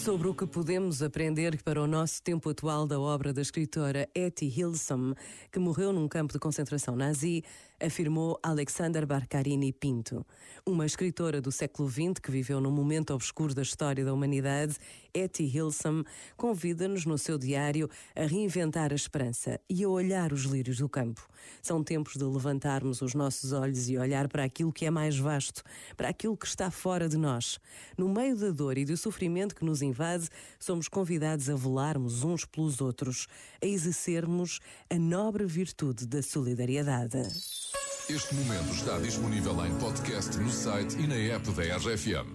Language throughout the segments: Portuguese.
Sobre o que podemos aprender para o nosso tempo atual da obra da escritora Etty Hillesum, que morreu num campo de concentração nazi, afirmou Alexander Barcarini Pinto. Uma escritora do século XX que viveu num momento obscuro da história da humanidade, Etty Hillesum convida-nos no seu diário a reinventar a esperança e a olhar os lírios do campo. São tempos de levantarmos os nossos olhos e olhar para aquilo que é mais vasto, para aquilo que está fora de nós. No meio da dor e do sofrimento que nos invade, somos convidados a velarmos uns pelos outros, a exercermos a nobre virtude da solidariedade. Este momento está disponível em podcast no site e na app da RFM.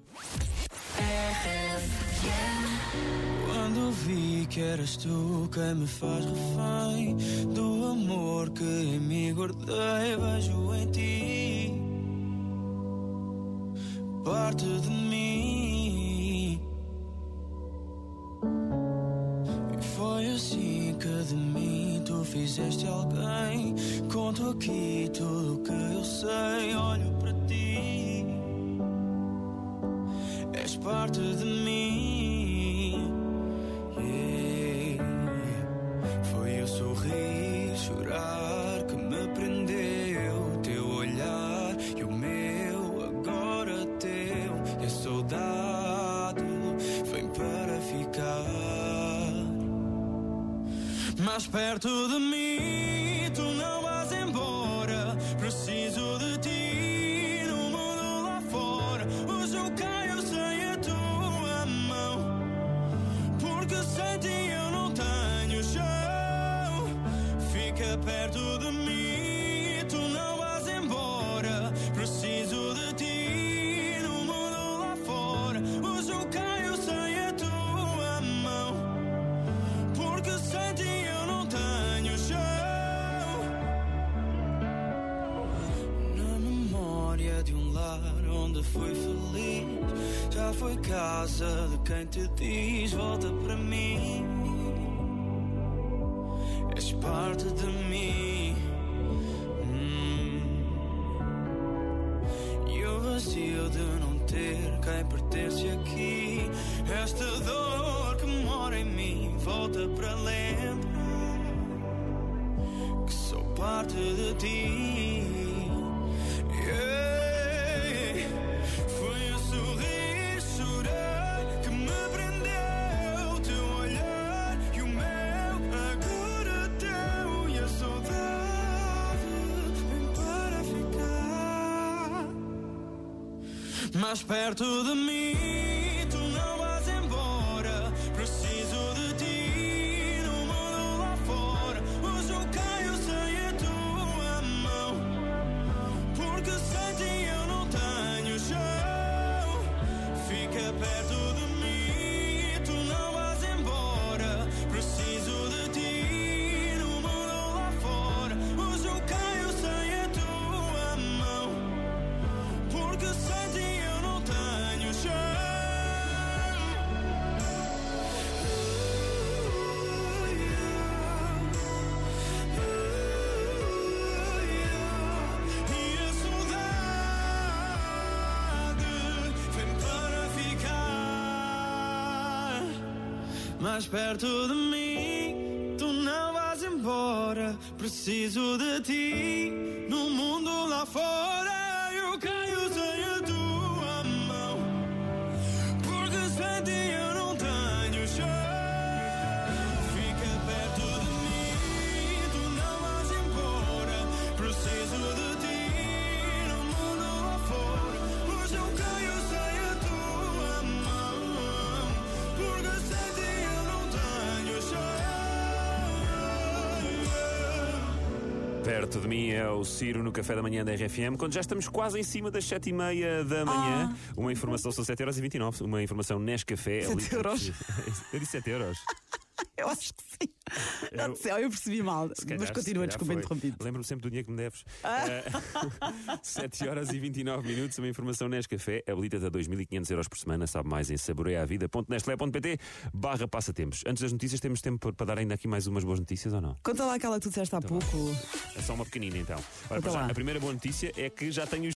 Quando vi que eras tu quem me faz refém do amor que em mim guardei, vejo em ti parte de mim. E foi assim que de mim tu fizeste alguém. Conto aqui tudo o que eu sei, olho para ti, és parte de mim. Foi o sorrir, chorar que me prendeu, teu olhar e o meu, agora teu. E a saudade vem para ficar mais perto de mim. Tu não vais embora, preciso de ti no mundo lá fora. Hoje eu caio sem a tua mão, porque sem ti eu não tenho chão. Fica perto de mim, tu não vais embora, preciso de ti no mundo lá fora. Hoje eu caio sem a tua mão, porque sem ti eu não tenho chão. Na memória de um lar onde fui feliz, já foi casa de quem te diz volta para mim, és parte de mim. E o vazio de não ter quem pertence aqui, esta dor que mora em mim, volta para lembrar que sou parte de ti. Foi o sorrir, chorar que me prendeu, teu olhar e o meu, agora teu. E a saudade vem para ficar mais perto de mim. Tu não vais embora, preciso de ti no mundo lá fora. Hoje eu caio sem a tua mão, porque sem ti eu não tenho chão. Fica perto de mim, tu não vais embora, preciso de ti no mundo lá fora. Hoje eu caio sem a tua mão, porque sem ti eu não tenho chão. E a saudade vem para ficar mais perto de mim. Tu não vais embora, preciso de ti no mundo lá fora. Eu caio sem a tua mão, porque sem ti eu não tenho chão. Fica perto de mim, tu não vais embora, preciso de ti no mundo lá fora. Hoje eu caio sem a tua mão, porque sem ti eu não tenho chão. Perto de mim é o Ciro no Café da Manhã da RFM, quando já estamos quase em cima das 7h30 da manhã. Uma informação são 7,29€. Uma informação Nescafé. 7 euros. Eu disse 7 euros. Eu acho que sim. Não sei, eu percebi mal. Mas continua, desculpa interrompido. Lembro-me sempre do dinheiro que me deves. 7h29, uma informação Nescafé. Habilita-te a 2.500€ por semana. Sabe mais em saboreaavida.nestlé.pt/passatempos. Antes das notícias, temos tempo para dar ainda aqui mais umas boas notícias ou não? Conta lá aquela que tu disseste há pouco. É só uma pequenina então. Ora, Conta lá. a primeira boa notícia é que já tenho